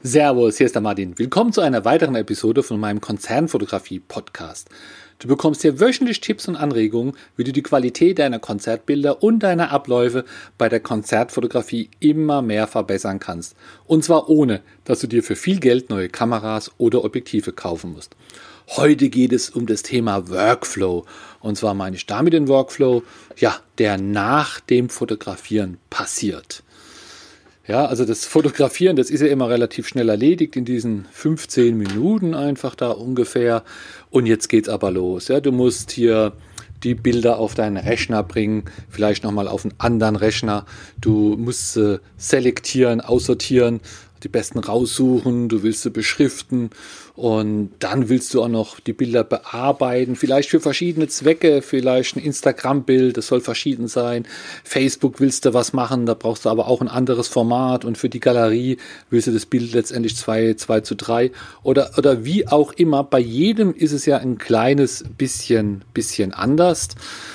Servus, hier ist der Martin. Willkommen zu einer weiteren Episode von meinem Konzernfotografie-Podcast. Du bekommst hier wöchentlich Tipps und Anregungen, wie du die Qualität deiner Konzertbilder und deiner Abläufe bei der Konzertfotografie immer mehr verbessern kannst. Und zwar ohne, dass du dir für viel Geld neue Kameras oder Objektive kaufen musst. Heute geht es um das Thema Workflow. Und zwar meine ich damit den Workflow, der nach dem Fotografieren passiert. Ja, also das Fotografieren, das ist ja immer relativ schnell erledigt in diesen 15 Minuten einfach da ungefähr. Und jetzt geht's aber los. Ja, du musst hier die Bilder auf deinen Rechner bringen, vielleicht nochmal auf einen anderen Rechner. Du musst selektieren, aussortieren, die besten raussuchen, du willst sie beschriften und dann willst du auch noch die Bilder bearbeiten, vielleicht für verschiedene Zwecke, vielleicht ein Instagram-Bild, das soll verschieden sein, Facebook willst du was machen, da brauchst du aber auch ein anderes Format und für die Galerie willst du das Bild letztendlich 2:3 oder wie auch immer, bei jedem ist es ja ein kleines bisschen anders.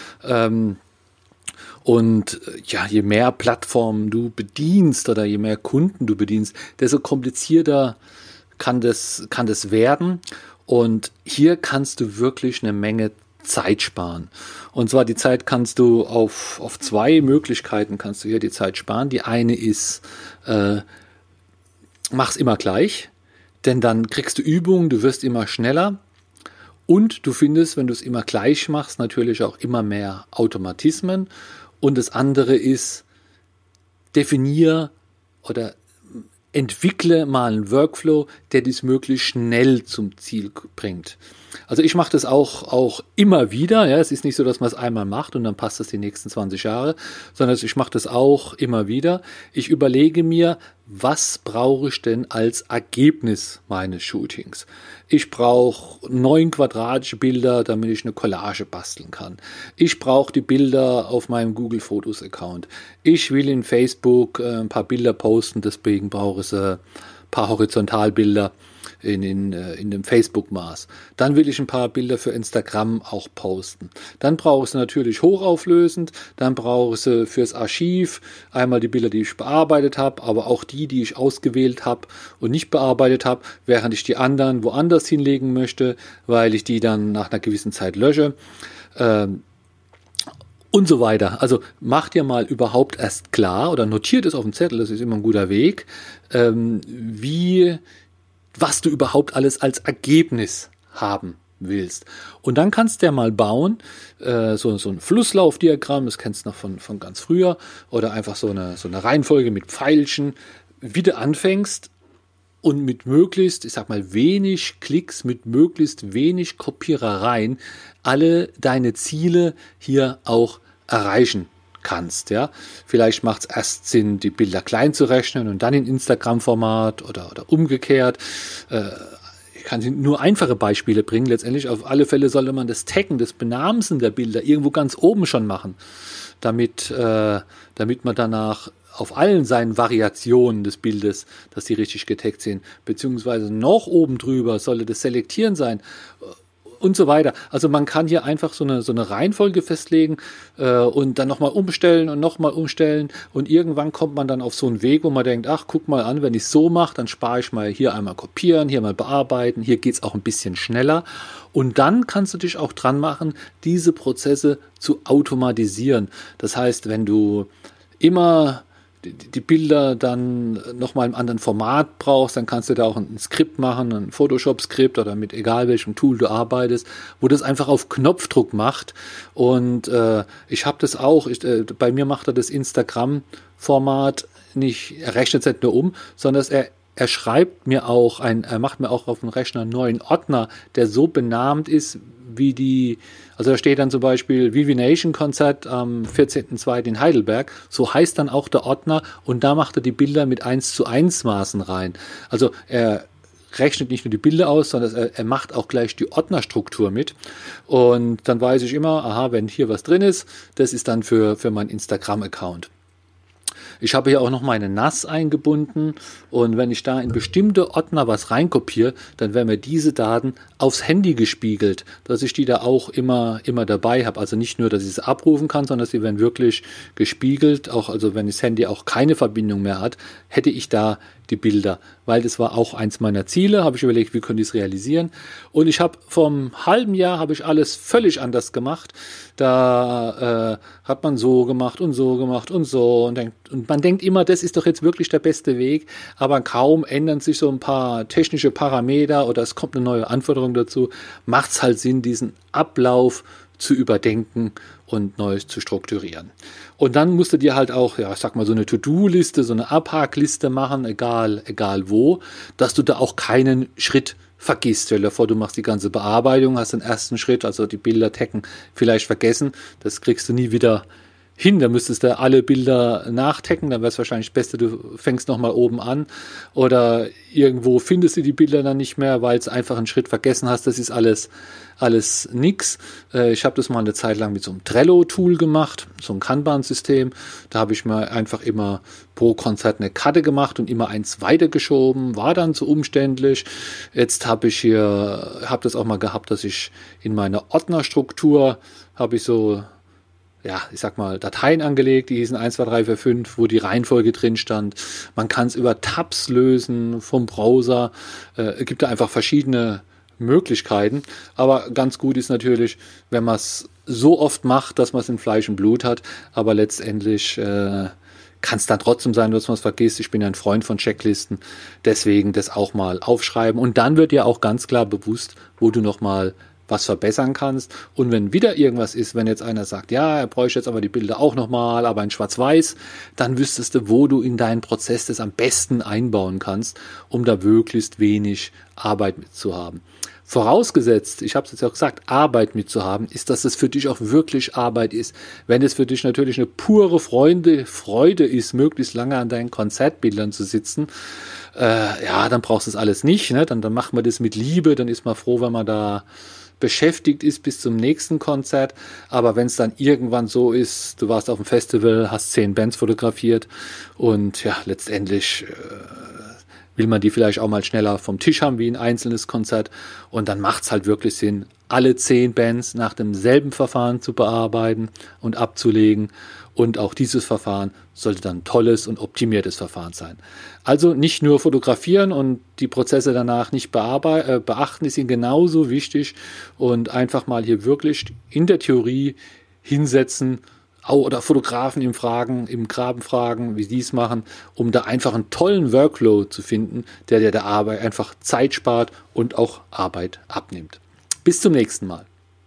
Und je mehr Plattformen du bedienst oder je mehr Kunden du bedienst, desto komplizierter kann das werden. Und hier kannst du wirklich eine Menge Zeit sparen. Und zwar die Zeit kannst du auf zwei Möglichkeiten kannst du hier die Zeit sparen. Die eine ist, mach's immer gleich, denn dann kriegst du Übungen, du wirst immer schneller. Und du findest, wenn du es immer gleich machst, natürlich auch immer mehr Automatismen. Und das andere ist, definiere oder entwickle mal einen Workflow, der dich möglichst schnell zum Ziel bringt. Also ich mache das auch immer wieder. Ja, es ist nicht so, dass man es einmal macht und dann passt das die nächsten 20 Jahre, sondern ich mache das auch immer wieder. Ich überlege mir, was brauche ich denn als Ergebnis meines Shootings? Ich brauche 9 quadratische Bilder, damit ich eine Collage basteln kann. Ich brauche die Bilder auf meinem Google Fotos Account. Ich will in Facebook ein paar Bilder posten, deswegen brauche ich ein paar Horizontalbilder in dem Facebook-Maß. Dann will ich ein paar Bilder für Instagram auch posten. Dann brauche ich sie natürlich hochauflösend, dann brauche ich sie fürs Archiv, einmal die Bilder, die ich bearbeitet habe, aber auch die ich ausgewählt habe und nicht bearbeitet habe, während ich die anderen woanders hinlegen möchte, weil ich die dann nach einer gewissen Zeit lösche. Und so weiter. Also mach dir mal überhaupt erst klar oder notiert es auf dem Zettel, das ist immer ein guter Weg, was du überhaupt alles als Ergebnis haben willst. Und dann kannst du ja mal bauen, so ein Flusslaufdiagramm, das kennst du noch von ganz früher, oder einfach so eine Reihenfolge mit Pfeilchen, wie du anfängst und mit möglichst, ich sag mal, wenig Klicks, mit möglichst wenig Kopierereien alle deine Ziele hier auch erreichen kannst, ja. Vielleicht macht es erst Sinn, die Bilder klein zu rechnen und dann in Instagram-Format oder umgekehrt. Ich kann nur einfache Beispiele bringen. Letztendlich auf alle Fälle sollte man das Taggen, das Benamsen der Bilder irgendwo ganz oben schon machen, damit man danach auf allen seinen Variationen des Bildes, dass die richtig getaggt sind, beziehungsweise noch oben drüber sollte das Selektieren sein und so weiter. Also man kann hier einfach so eine Reihenfolge festlegen und dann nochmal umstellen und irgendwann kommt man dann auf so einen Weg, wo man denkt, ach, guck mal an, wenn ich es so mache, dann spare ich mal hier einmal kopieren, hier mal bearbeiten, hier geht es auch ein bisschen schneller und dann kannst du dich auch dran machen, diese Prozesse zu automatisieren. Das heißt, wenn du immer die Bilder dann nochmal im anderen Format brauchst, dann kannst du da auch ein Skript machen, ein Photoshop-Skript oder mit egal welchem Tool du arbeitest, wo das einfach auf Knopfdruck macht. Und ich habe das auch, bei mir macht er das Instagram-Format nicht, er rechnet es nicht nur um, sondern er schreibt mir auch, er macht mir auch auf dem Rechner einen neuen Ordner, der so benannt ist, also da steht dann zum Beispiel Vivi-Nation-Konzert am 14.02. in Heidelberg, so heißt dann auch der Ordner und da macht er die Bilder mit 1:1 Maßen rein. Also er rechnet nicht nur die Bilder aus, sondern er macht auch gleich die Ordnerstruktur mit und dann weiß ich immer, aha, wenn hier was drin ist, das ist dann für meinen Instagram-Account. Ich habe hier auch noch meine NAS eingebunden und wenn ich da in bestimmte Ordner was reinkopiere, dann werden mir diese Daten aufs Handy gespiegelt, dass ich die da auch immer dabei habe. Also nicht nur, dass ich sie abrufen kann, sondern sie werden wirklich gespiegelt. Auch also wenn das Handy auch keine Verbindung mehr hat, hätte ich da die Bilder, weil das war auch eins meiner Ziele, habe ich überlegt, wie könnte ich es realisieren. Und ich habe vom halben Jahr habe ich alles völlig anders gemacht. Da hat man so gemacht und so gemacht und so und man denkt immer, das ist doch jetzt wirklich der beste Weg, aber kaum ändern sich so ein paar technische Parameter oder es kommt eine neue Anforderung dazu, macht es halt Sinn, diesen Ablauf zu überdenken und neu zu strukturieren. Und dann musst du dir halt auch, ja, ich sag mal, so eine To-Do-Liste, so eine Abhakliste machen, egal wo, dass du da auch keinen Schritt vergisst. Stell dir vor, du machst die ganze Bearbeitung, hast den ersten Schritt, also die Bilder taggen, vielleicht vergessen. Das kriegst du nie wieder hin. Da müsstest du alle Bilder nachtaggen, dann wäre es wahrscheinlich das Beste, du fängst nochmal oben an oder irgendwo findest du die Bilder dann nicht mehr, weil es einfach einen Schritt vergessen hast. Das ist alles nix. Ich habe das mal eine Zeit lang mit so einem Trello-Tool gemacht, so ein Kanban-System. Da habe ich mir einfach immer pro Konzert eine Karte gemacht und immer eins weitergeschoben. War dann zu umständlich. Jetzt habe das auch mal gehabt, dass ich in meiner Ordnerstruktur habe ich so, ja, ich sag mal, Dateien angelegt, die hießen 1, 2, 3, 4, 5, wo die Reihenfolge drin stand. Man kann es über Tabs lösen vom Browser. Es gibt da einfach verschiedene Möglichkeiten. Aber ganz gut ist natürlich, wenn man es so oft macht, dass man es in Fleisch und Blut hat. Aber letztendlich kann es dann trotzdem sein, dass man es vergisst. Ich bin ja ein Freund von Checklisten. Deswegen das auch mal aufschreiben. Und dann wird dir auch ganz klar bewusst, wo du nochmal was verbessern kannst. Und wenn wieder irgendwas ist, wenn jetzt einer sagt, ja, er bräuchte jetzt aber die Bilder auch nochmal, aber in Schwarz-Weiß, dann wüsstest du, wo du in deinen Prozess das am besten einbauen kannst, um da möglichst wenig Arbeit mitzuhaben. Vorausgesetzt, ich habe es jetzt auch gesagt, Arbeit mitzuhaben, ist, dass es für dich auch wirklich Arbeit ist. Wenn es für dich natürlich eine pure Freude ist, möglichst lange an deinen Konzertbildern zu sitzen, ja, dann brauchst du das alles nicht. Ne? Dann macht man das mit Liebe, dann ist man froh, wenn man da beschäftigt ist bis zum nächsten Konzert. Aber wenn es dann irgendwann so ist, du warst auf dem Festival, hast 10 Bands fotografiert und ja, letztendlich will man die vielleicht auch mal schneller vom Tisch haben wie ein einzelnes Konzert. Und dann macht es halt wirklich Sinn, alle 10 Bands nach demselben Verfahren zu bearbeiten und abzulegen. Und auch dieses Verfahren sollte dann ein tolles und optimiertes Verfahren sein. Also nicht nur fotografieren und die Prozesse danach nicht beachten, ist Ihnen genauso wichtig. Und einfach mal hier wirklich in der Theorie hinsetzen, oder Fotografen im Graben fragen, wie die es machen, um da einfach einen tollen Workflow zu finden, der Arbeit einfach Zeit spart und auch Arbeit abnimmt. Bis zum nächsten Mal.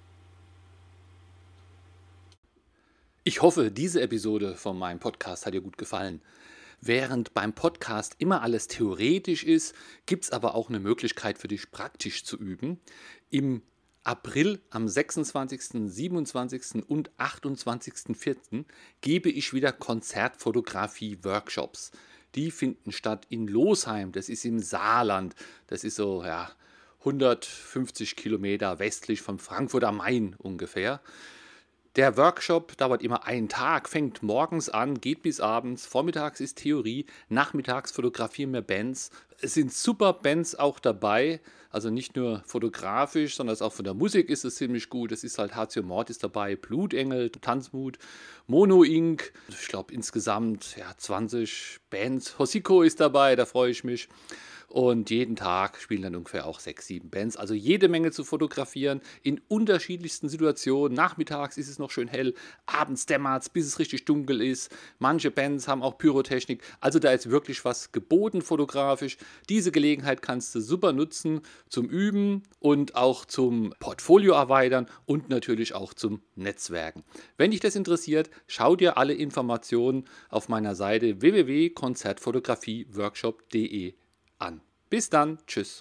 Ich hoffe, diese Episode von meinem Podcast hat dir gut gefallen. Während beim Podcast immer alles theoretisch ist, gibt es aber auch eine Möglichkeit für dich praktisch zu üben. Im April am 26., 27. und 28.04. gebe ich wieder Konzertfotografie-Workshops. Die finden statt in Losheim, das ist im Saarland. Das ist so 150 Kilometer westlich von Frankfurt am Main ungefähr. Der Workshop dauert immer einen Tag, fängt morgens an, geht bis abends. Vormittags ist Theorie, nachmittags fotografieren wir Bands. Es sind super Bands auch dabei, also nicht nur fotografisch, sondern auch von der Musik ist es ziemlich gut. Es ist halt Hatio Mortis dabei, Blutengel, Tanzmut, Mono Inc. Ich glaube insgesamt 20 Bands. Hosiko ist dabei, da freue ich mich. Und jeden Tag spielen dann ungefähr auch 6, 7 Bands. Also jede Menge zu fotografieren in unterschiedlichsten Situationen. Nachmittags ist es noch schön hell, abends dämmert es, bis es richtig dunkel ist. Manche Bands haben auch Pyrotechnik. Also da ist wirklich was geboten fotografisch. Diese Gelegenheit kannst du super nutzen zum Üben und auch zum Portfolio erweitern und natürlich auch zum Netzwerken. Wenn dich das interessiert, schau dir alle Informationen auf meiner Seite www.konzertfotografieworkshop.de an. Bis dann, tschüss.